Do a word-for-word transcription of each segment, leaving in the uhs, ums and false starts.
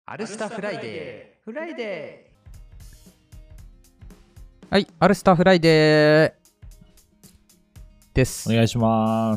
アルスタフライデーフライデー。はい、アルスタフライデーです。 お願いします。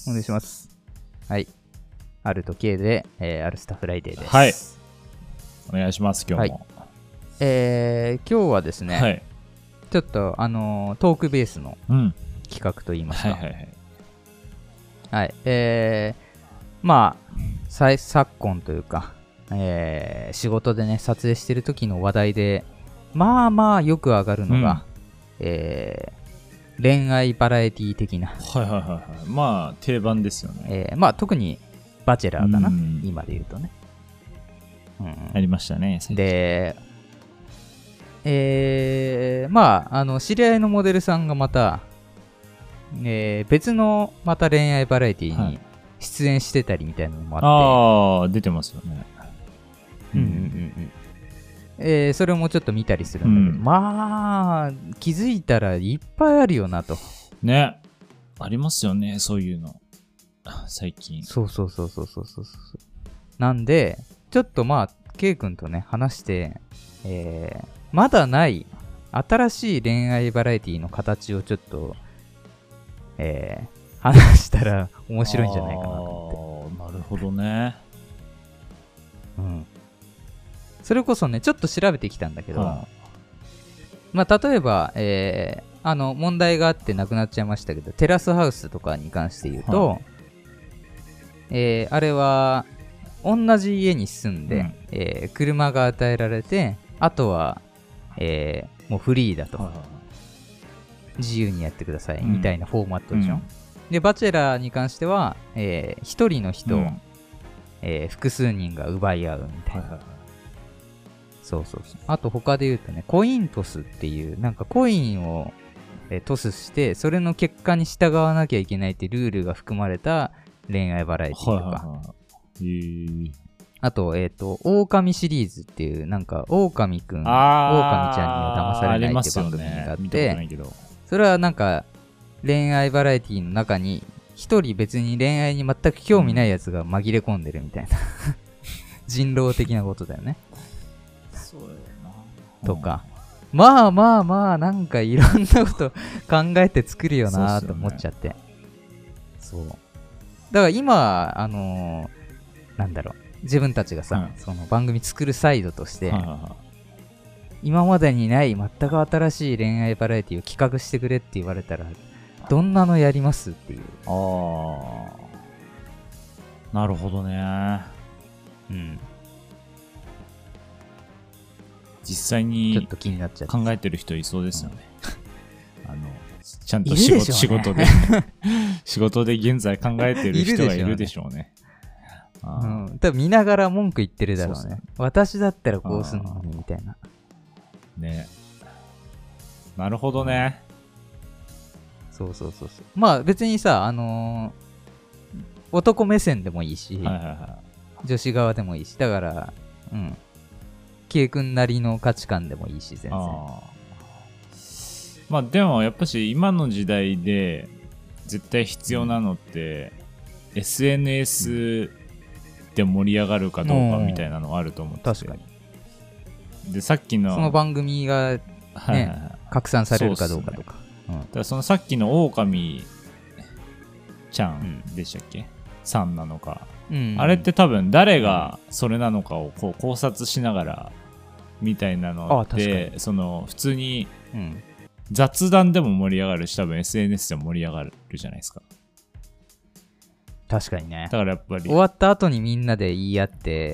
お願いします。はい、アルと K で、えー、アルスタフライデーです。 はい、お願いします今日も。 はい、えー、今日はですね、はい、ちょっとあのー、トークベースの企画といいますか、うん、はいはいはい、はい、えー、まあ最昨今というか、えー、仕事でね撮影してる時の話題でまあまあよく上がるのが、うん、えー、恋愛バラエティ的な、 はいはいはいはい、まあ定番ですよね。 えー、まあ特にバチェラーかな、うん、今で言うとね、 うん、ありましたね。 で、えー、まああの知り合いのモデルさんがまた、えー、別のまた恋愛バラエティに出演してたりみたいなのもあって、 ああ出てますよね。 うんうんうんうん、えー、それもちょっと見たりするんだけど、うん、まあ気づいたらいっぱいあるよなとね、ありますよねそういうの最近。 そうそうそうそうそうそうそう。なんでちょっとまあ K 君とね話して、えー、まだない新しい恋愛バラエティの形をちょっと、えー、話したら面白いんじゃないかなと思って。あ、なるほどね。 うん。それこそねちょっと調べてきたんだけど、はあ、まあ例えば、えー、あの問題があってなくなっちゃいましたけどテラスハウスとかに関して言うと、はあ、えー、あれは同じ家に住んで、うん、えー、車が与えられてあとは、えー、もうフリーだと、はあ、自由にやってください、うん、みたいなフォーマットでしょ、うん、でバチェラーに関しては、えー、一人の人を、うん、えー、複数人が奪い合うみたいな、はいはいはい、そうそうそう。あと他で言うとねコイントスっていうなんかコインを、えー、トスしてそれの結果に従わなきゃいけないってルールが含まれた恋愛バラエティとか、はいはいはい、へー、あとえっ、ー、と狼シリーズっていうなんか狼くん、狼ちゃんには騙されないって番組があって、ね、それはなんか恋愛バラエティの中に一人別に恋愛に全く興味ないやつが紛れ込んでるみたいな、うん、人狼的なことだよね。 そうやなとか、うん、まあまあまあなんかいろんなこと考えて作るよなと思っちゃって、そう、ね、そうだから今あのー、なんだろう自分たちがさ、はい、その番組作るサイドとして、はいはいはい、今までにない全く新しい恋愛バラエティを企画してくれって言われたらどんなのやりますっていう。 ああ、なるほどね。うん。実際にちょっと気になっちゃう考えてる人いそうですよね。うん、あのちゃんと仕事、ね、仕事で仕事で現在考えてる人がいるでしょうね。 あ、うん、多分見ながら文句言ってるだろうね。そうそう、私だったらこうすんのにみたいな。ね。 なるほどね。 そうそうそうそう。まあ別にさ、あのー、男目線でもいいし、はいはいはい、女子側でもいいし、だから、うん。K 君なりの価値観でもいいし、全然。あ、 まあでもやっぱし今の時代で絶対必要なのって、うん、エスエヌエス で盛り上がるかどうかみたいなのあると思ってて、 確かに。 でさっきのその番組が、ね、はいはいはい、拡散されるかどうかとか。うん、だからそのさっきの狼ちゃんでしたっけ、うん、さんなのか、うんうん、あれって多分誰がそれなのかをこう考察しながらみたいなのってその普通に雑談でも盛り上がるし多分 エスエヌエス でも盛り上がるじゃないですか。 確かにね。 だからやっぱり終わった後にみんなで言い合って、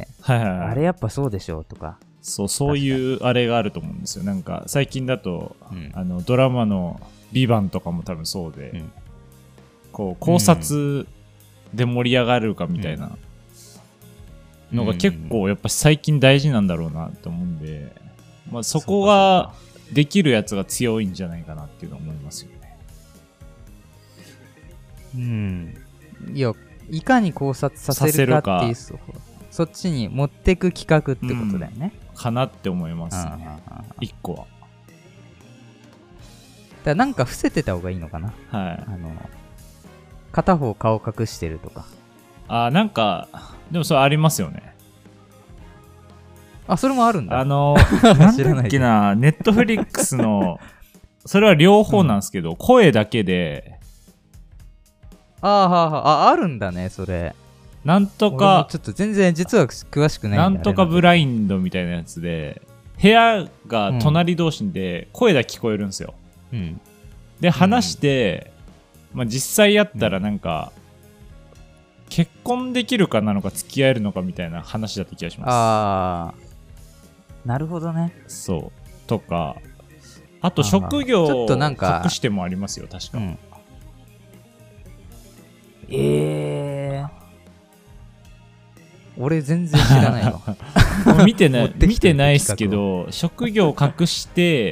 はいはいはい、あれやっぱそうでしょうとか、 そうそういうあれがあると思うんですよ。なんか最近だと、うん、あのドラマのビバンとかも多分そうで、うん、こう考察で盛り上がるかみたいなのが結構やっぱ最近大事なんだろうなと思うんで、まあ、そこができるやつが強いんじゃないかなっていうのは思いますよね。 うん、いやいかに考察させるかっていう そ, そっちに持ってく企画ってことだよね、 うん、かなって思いますね。一個はだからなんか伏せてた方がいいのかな、はい、あの片方顔隠してるとか。 あ、なんかでもそれありますよね。 あ、それもあるんだ。 あのなんだっけな、ネットフリックスのそれは両方なんですけど、うん、声だけで、 ああはあはあ、あるんだねそれ。 なんとかちょっと全然実は詳しくないんだ。 なんとかブラインドみたいなやつで、部屋が隣同士で声だけ聞こえるんですよ、うん、で話して、うん、まあ、実際やったらなんか、うん、結婚できるかなのか付き合えるのかみたいな話だった気がします。 ああ、なるほどね。 そうとか、あと職業を隠してもありますよ確か、うん、 えー俺全然知らないわ見てない見てないっすけど、職業隠して、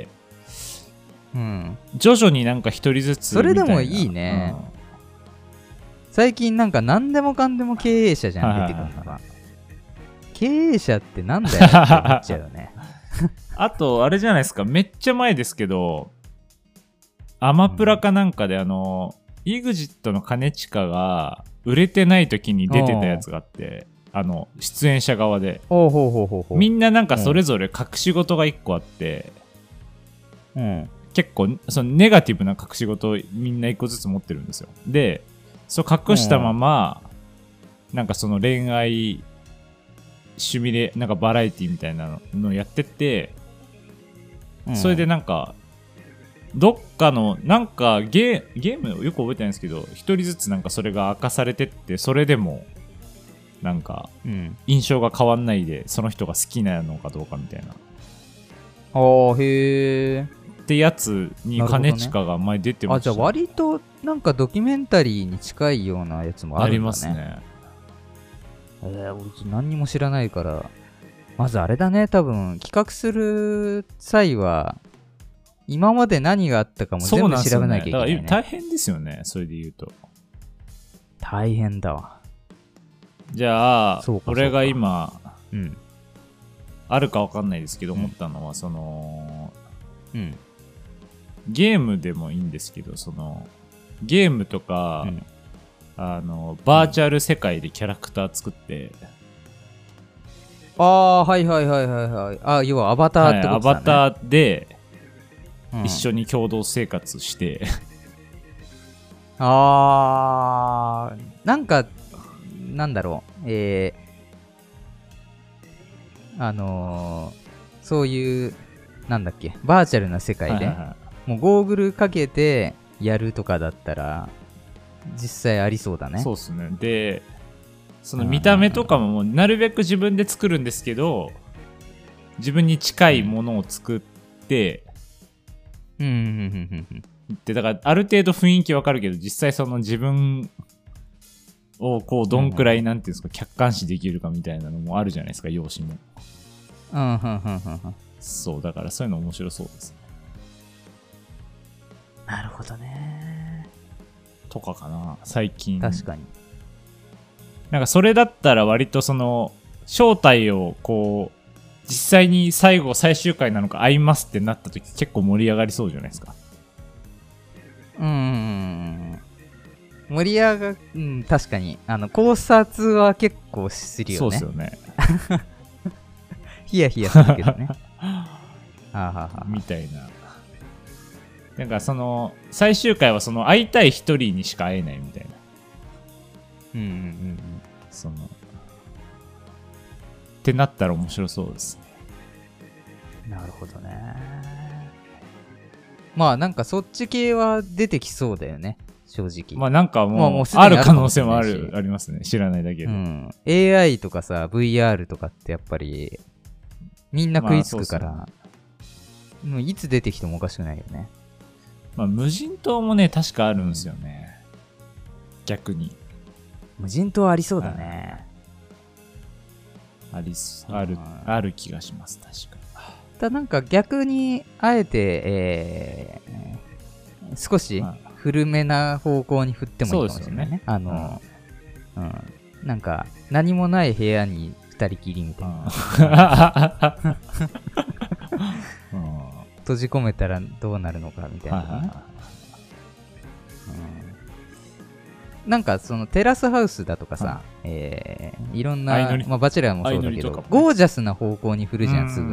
うん、徐々になんか一人ずつみたいな。 それでもいいね、うん、最近なんか何でもかんでも経営者じゃん出てくるのが。経営者ってなんだよって思っちゃうよねあとあれじゃないですか、めっちゃ前ですけどアマプラかなんかで、あの イグジット の兼近が売れてない時に出てたやつがあって、あの出演者側でみんななんかそれぞれ隠し事がいっこあって、うん、結構そのネガティブな隠し事をみんないっこずつ持ってるんですよ。でそう隠したまま、うん、なんかその恋愛シミュレなんかバラエティみたいなのをやってて、うん、それでなんかどっかのなんかゲー、ゲームよく覚えてないんですけど、一人ずつなんかそれが明かされてって、それでもなんか印象が変わんないでその人が好きなのかどうかみたいな。 あーへーってやつに兼近が前出てました、 ね、あ、じゃあ割となんかドキュメンタリーに近いようなやつもあるんだね。ありますね。えー、俺何にも知らないから、まずあれだね、多分企画する際は今まで何があったかも全部調べなきゃいけないね。 そうなんですよね。だから大変ですよね、それで言うと。 大変だわ。 じゃあ俺が今、うん、あるか分かんないですけど、思ったのは、その、うん、ゲームでもいいんですけど、そのゲームとか、うん、あのバーチャル世界でキャラクター作って、 うん、ああはいはいはいはいはい、あ、要はアバターってことだね、はい、 アバターで一緒に共同生活して、うん、 あーなんかなんだろう、えー、あのー、そういうなんだっけ、バーチャルな世界で、はいはいはい、もうゴーグルかけてやるとかだったら実際ありそうだね。 そうですね。でその見た目とかももうなるべく自分で作るんですけど、自分に近いものを作って、うん、でだからある程度雰囲気わかるけど、実際その自分をこうどんくらいなんていうんですか、客観視できるかみたいなのもあるじゃないですか、用紙も。うんうんうんうん。そうだからそういうの面白そうですね。 なるほどね。 とかかな最近。 確かに。 なんかそれだったら割とその正体をこう実際に最後最終回なのか会いますってなった時結構盛り上がりそうじゃないですか。 うーん。盛り上が、うん、確かにあの考察は結構するよね。 そうですよね。 ヒヤヒヤするけどね。あははみたいな。なんかその最終回はその会いたい一人にしか会えないみたいな。うんうんうんうん。そのってなったら面白そうですね。 なるほどね。まあなんかそっち系は出てきそうだよね、正直。 まあなんかもう、まあ、もうある可能性もあるありますね、知らないだけで、うん、 エーアイ とかさ ブイアール とかってやっぱりみんな食いつくから、まあもういつ出てきてもおかしくないよね。 まあ無人島もね確かあるんですよね、うん、逆に無人島ありそうだね。 ありあるある気がします、確かに。 だなんか逆にあえて、えー、少し古めな方向に振ってもいいかもしれないね。ねあの、うんうん、なんか何もない部屋に二人きりみたいな、うん、閉じ込めたらどうなるのかみたいな、ね、うん、 なんかそのテラスハウスだとかさ、はい、えー、いろんな、まあ、バチェラーもそうだけど、ね、ゴージャスな方向に振るじゃん、すぐ。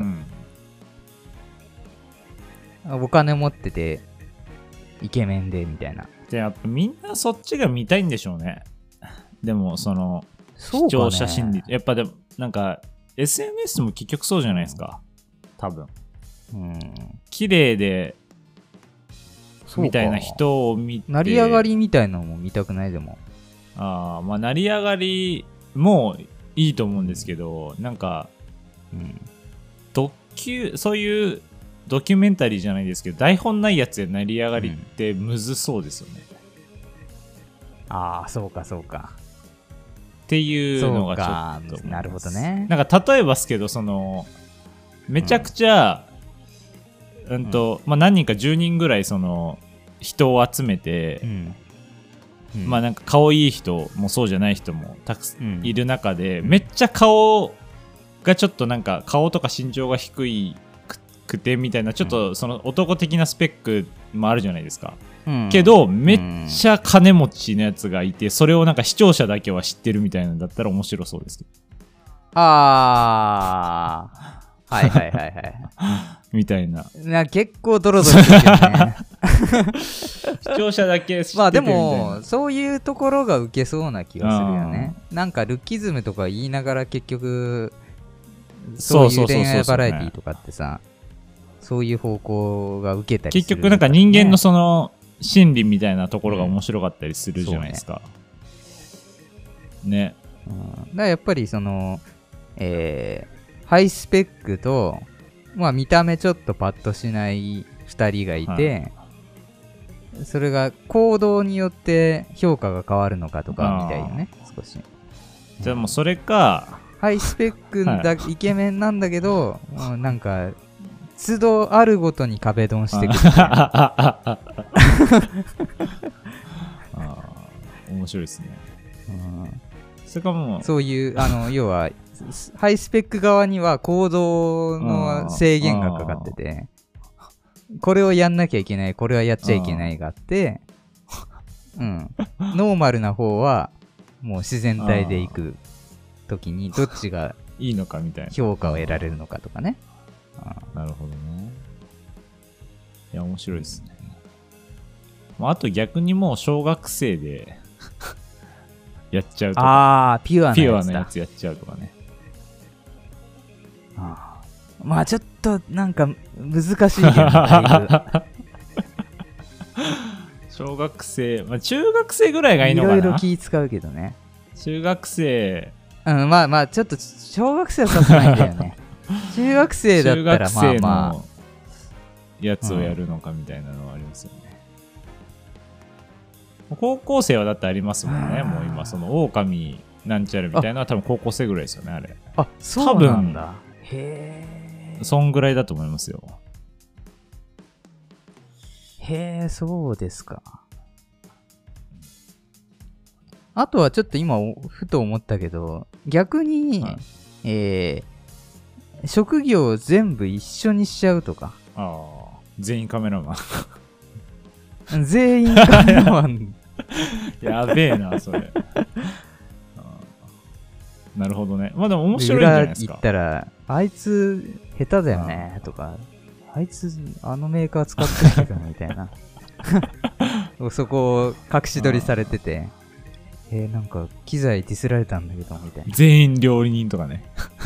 お金持っててイケメンでみたいな。 でやっぱみんなそっちが見たいんでしょうね。でもその視聴者心理、やっぱでもなんか エスエヌエス も結局そうじゃないですか、多分。うん、綺麗でみたいな人を見て、 成り上がりみたいなのも見たくない？でもああ、まあ成り上がりもいいと思うんですけど、なんか、うん、ドキュそういうドキュメンタリーじゃないですけど、台本ないやつで成り上がりってむずそうですよね。 うん、ああ、そうかそうかっていうのがちょっと、 なるほどね。 なんか例えばですけど、そのめちゃくちゃ、うん、うんとまあ、何人かじゅうにんぐらいその人を集めて、うんうん、まあなんか顔いい人もそうじゃない人もたくさんいる中で、うん、めっちゃ顔がちょっとなんか顔とか身長が低いくてみたいな、ちょっとその男的なスペックもあるじゃないですか、うん、けどめっちゃ金持ちのやつがいて、それをなんか視聴者だけは知ってるみたいなんだったら面白そうですけど。 あーはいはいはいはいみたいな。 な結構ドロドロしてるけどね視聴者だけ知ってるみたいな。 まあでもそういうところが受けそうな気がするよね。なんかルッキズムとか言いながら結局そういう恋愛バラエティーとかってさ、そういう方向が受けたりする、ね、 結局なんか人間のその心理みたいなところが面白かったりするじゃないですか、うん、ね, ね、 うん、だからやっぱりその、えー、ハイスペックと、まあ、見た目ちょっとパッとしないふたりがいて、はい、それが行動によって評価が変わるのかとかみたいよね、少し。 じゃあもうそれか、 ハイスペックだ、はい、イケメンなんだけど、もうなんか都度あるごとに壁ドンしてくるあ面白いですね。それかもうそういうあの要はハイスペック側には行動の制限がかかってて、これをやんなきゃいけない、これはやっちゃいけないがあって、うん、ノーマルな方はもう自然体でいくときにどっちがいいのかみたいな評価を得られるのかとかね。 なるほどね。いや面白いですね。まあ、あと逆にもう小学生でやっちゃうとか、 ああピュアなやつだ、 ピュアなやつやっちゃうとかね。 あまあちょっとなんか難しいけどだいぶ小学生、まあ、中学生ぐらいがいいのかな。 いろいろ気使うけどね。 中学生、 うんまあまあちょっと小学生はさせないんだよね中学生だったらまあまあやつをやるのかみたいなのはありますよね、うん、高校生はだってありますもんね。もう今その狼なんちゃらみたいなのは多分高校生ぐらいですよね、あれ。 あ、そうなんだ。へえ。そんぐらいだと思いますよ。 へえ、そうですか。あとはちょっと今ふと思ったけど、逆に、はい、えー、職業を全部一緒にしちゃうとか。 ああ、全員カメラマン全員カメラマンやべえなそれなるほどね。まあでも面白いんじゃないですか。 裏行ったらあいつ下手だよねとか、あいつあのメーカー使ってるけどみたいなそこを隠し撮りされてて、えー、なんか機材ディスられたんだけどみたいな。 全員料理人とかね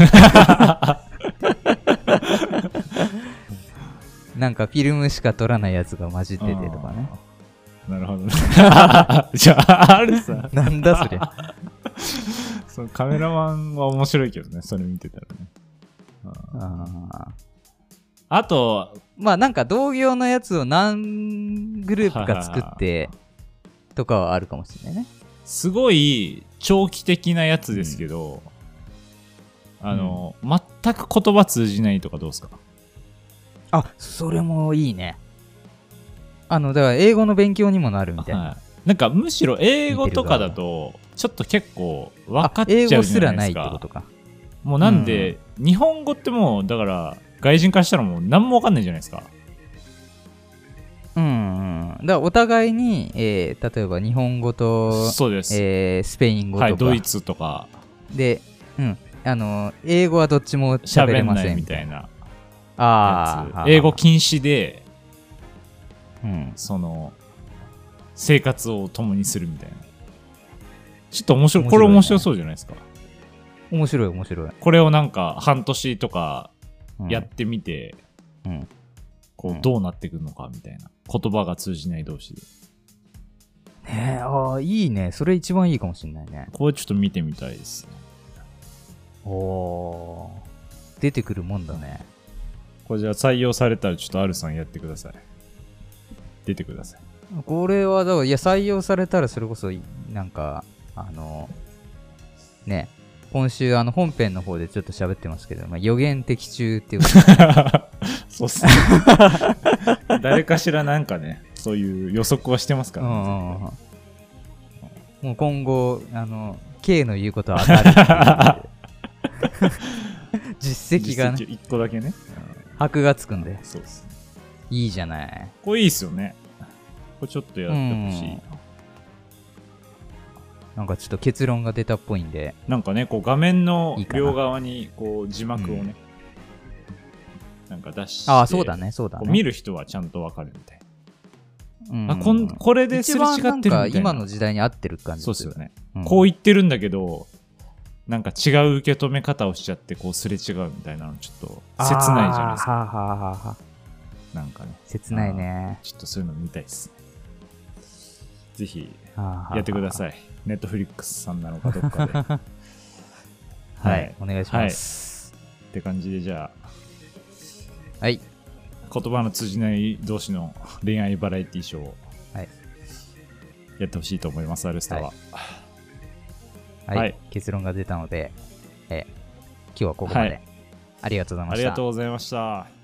なんかフィルムしか撮らないやつが混じっててとかね。 なるほどねじゃああるさなんだそりゃそのカメラマンは面白いけどね、それ見てたらね。あああとまあなんか同業のやつを何グループか作ってとかはあるかもしれないね。 すごい長期的なやつですけど、うん、あの、うん、全く言葉通じないとかどうですか？ あ、それもいいね。あのだから英語の勉強にもなるみたいな、はい、 なんかむしろ英語とかだとちょっと結構分かっちゃうじゃないですか。英語すらないってことか。もうなんで、うん、日本語ってもうだから外人からしたらもう何も分かんないじゃないですか。 うんうん。だからお互いに、えー、例えば日本語と、 そうです。 えー、スペイン語とか、 はい、ドイツとか。 で、うん。あの、英語はどっちも喋れませんみたいな。 ああ。 英語禁止で、 うん、 その、生活を共にするみたいな。ちょっと面白い、これ面白そうじゃないですか。 面白い面白い。 これをなんか半年とかやってみて、 うん、 こうどうなってくるのかみたいな。言葉が通じない同士で。 ねえ、ああ、いいね。それ一番いいかもしれないね。 これちょっと見てみたいですね。 おー、出てくるもんだね。 これじゃあ採用されたらちょっとアルさんやってください。出てください。 これはだから、いや、採用されたらそれこそ、なんか、あの、ね、今週あの本編の方でちょっと喋ってますけど、まあ、予言的中っていうかそうっすね。誰かしらなんかね、そういう予測はしてますからね。うんうんうん、 もう今後、あの、K の言うことは当たる実績がね、 いっこだけね。 箔がつくんで。 そうっすね。 いいじゃない。 これいいっすよね。これちょっとやってほしい。 なんかちょっと結論が出たっぽいんで。 なんかね、こう画面の両側にこう字幕をね、うん、なんか出して。 ああ、そうだね、そうだね。 見る人はちゃんとわかるみたいな。 うん、 あこんこれですれ違ってるみたいな。 なんか今の時代に合ってる感じ。 そうですよね、うん。こう言ってるんだけど、なんか違う受け止め方をしちゃってこうすれ違うみたいなのちょっと切ないじゃないですか。 ははははなんかね。 切ないね。 ちょっとそういうの見たいですね。ぜひやってください。ネットフリックスさんなのかどっかで。 はい、はい、お願いします、 はい。って感じでじゃあ、はい。 言葉の通じない同士の恋愛バラエティショーをやってほしいと思います、アルスタは。はいはいはい、結論が出たので、え今日はここまで、はい、ありがとうございました。 ありがとうございました。